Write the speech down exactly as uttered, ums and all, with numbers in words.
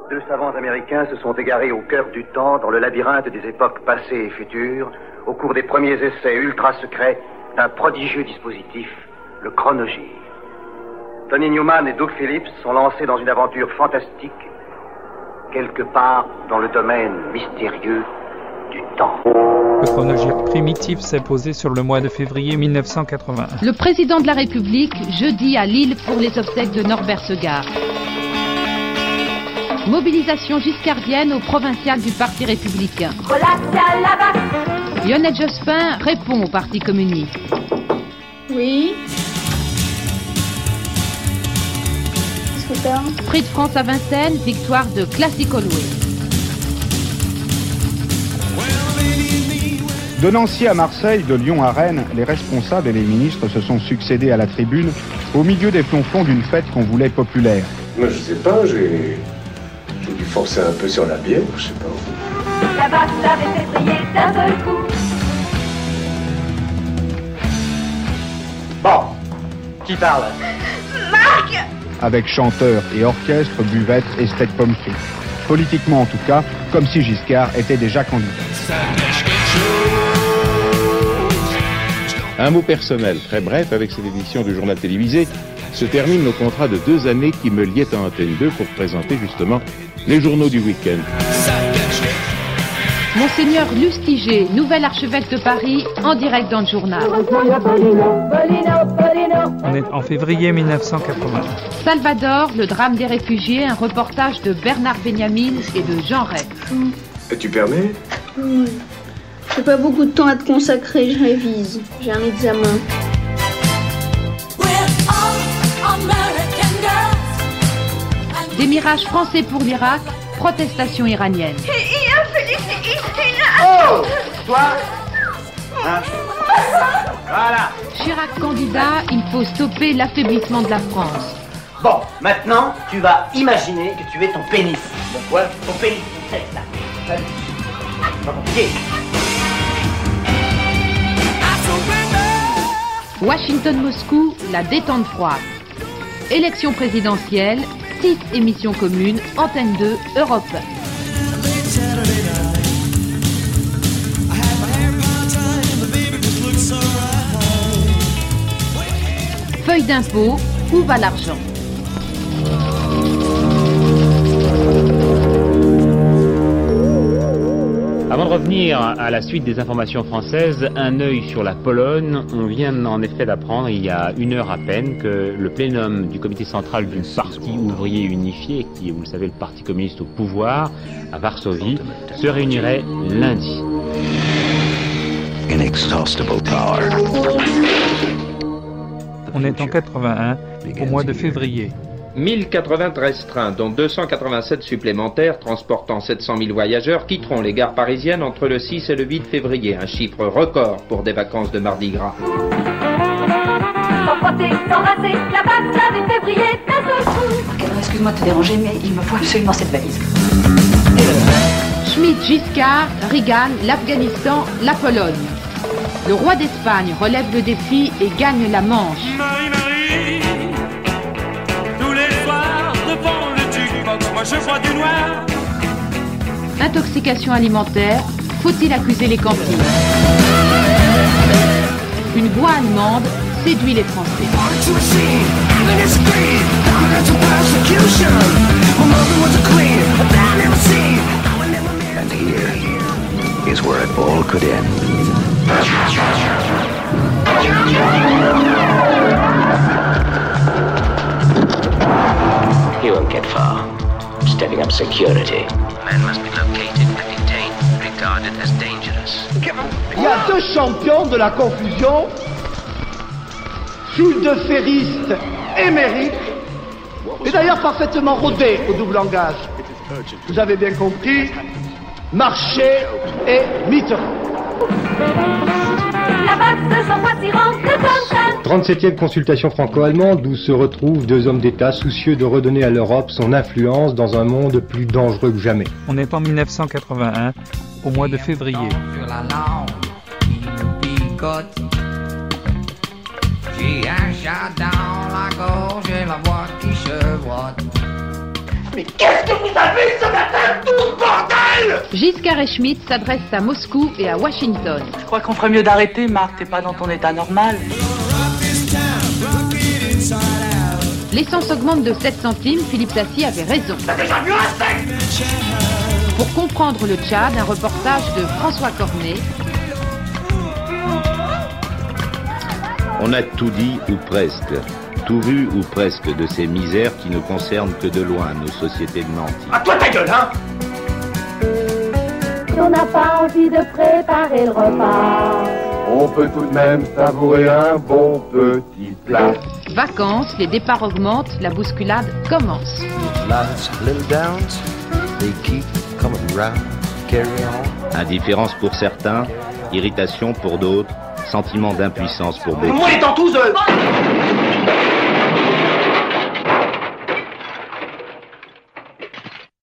Deux savants américains se sont égarés au cœur du temps, dans le labyrinthe des époques passées et futures, au cours des premiers essais ultra secrets d'un prodigieux dispositif, le chronogir. Tony Newman et Doug Phillips sont lancés dans une aventure fantastique, quelque part dans le domaine mystérieux du temps. Le chronogir primitif s'est posé sur le mois de février mille neuf cent quatre-vingt-un. Le président de la République, jeudi à Lille pour les obsèques de Norbert Segard. Mobilisation giscardienne au provincial du Parti républicain. Lionel Jospin répond au Parti communiste. Oui. Super. Prix de France à Vincennes, victoire de Classic Hallway. De Nancy à Marseille, de Lyon à Rennes, les responsables et les ministres se sont succédés à la tribune au milieu des flonflons d'une fête qu'on voulait populaire. Moi, je sais pas, j'ai... J'ai dû forcer un peu sur la bière, je sais pas. La basse l'avait fait briller d'un seul coup. Bon, qui parle? Marc! Avec chanteurs et orchestres, buvettes et steak pomme frites. Politiquement en tout cas, comme si Giscard était déjà candidat. Un mot personnel, très bref, avec cette édition du journal télévisé, se termine le contrat de deux années qui me liait à Antenne deux pour présenter justement les journaux du week-end. Monseigneur Lustiger, nouvel archevêque de Paris, en direct dans le journal. On est en février mille neuf cent quatre-vingts. Salvador, le drame des réfugiés, un reportage de Bernard Benjamin et de Jean Rey. Et tu permets? Oui. J'ai pas beaucoup de temps à te consacrer, je révise. J'ai un examen. Des mirages français pour l'Irak, protestation iranienne. Oh! Toi? Hein? Voilà. Chirac candidat, il faut stopper l'affaiblissement de la France. Bon, maintenant, tu vas imaginer que tu es ton pénis. Bon, quoi? Ton pénis, ton sexe, là. Salut. Pas compliqué. Washington-Moscou, la détente froide. Élection présidentielle, six émissions communes, Antenne deux, Europe un. Feuille d'impôt, où va l'argent? Avant de revenir à la suite des informations françaises, un œil sur la Pologne. On vient en effet d'apprendre il y a une heure à peine que le plénum du comité central du Parti ouvrier unifié, qui est, vous le savez, le Parti communiste au pouvoir, à Varsovie, se réunirait lundi. Inexhaustible power. On est en quatre-vingt-un, au mois de février. mille quatre-vingt-treize trains, dont deux cent quatre-vingt-sept supplémentaires, transportant sept cent mille voyageurs, quitteront les gares parisiennes entre le six et le huit février. Un chiffre record pour des vacances de Mardi Gras. Sans frotter, sans rincer, la basse l'avait fait briller d'un seul coup. Excuse-moi de te déranger, mais il me faut absolument cette valise. Schmitt, Giscard, Reagan, l'Afghanistan, la Pologne. Le roi d'Espagne relève le défi et gagne la Manche. Marie, Marie, tous les soirs devant le jukebox, moi je vois du noir. Intoxication alimentaire, faut-il accuser les cantines? Une voix allemande séduit les Français. And here is where it all could end. He won't get far. Stepping up security. Man must be located and detained, regarded as dangerous. Il y a deux champions de la confusion, Fulde-Ferriste émérite, et d'ailleurs parfaitement rodé au double langage. Vous avez bien compris, Marché et Mitterrand. trente-septième consultation franco-allemande où se retrouvent deux hommes d'État soucieux de redonner à l'Europe son influence dans un monde plus dangereux que jamais. On est en mille neuf cent quatre-vingt-un, au mois de février. Mais qu'est-ce que vous avez ce matin, tout bordel? Giscard et Schmitt s'adressent à Moscou et à Washington. Je crois qu'on ferait mieux d'arrêter, Marc, t'es pas dans ton état normal. L'essence augmente de sept centimes, Philippe Dacier avait raison. Pour comprendre le Tchad, un reportage de François Cornet. On a tout dit ou presque, tout vu ou presque de ces misères qui ne concernent que de loin nos sociétés de nantis. À toi ta gueule, hein! Si on n'a pas envie de préparer le repas, on peut tout de même savourer un bon petit plat. Vacances, les départs augmentent, la bousculade commence. Indifférence pour certains, irritation pour d'autres, sentiment d'impuissance pour beaucoup. Moi les tentouses!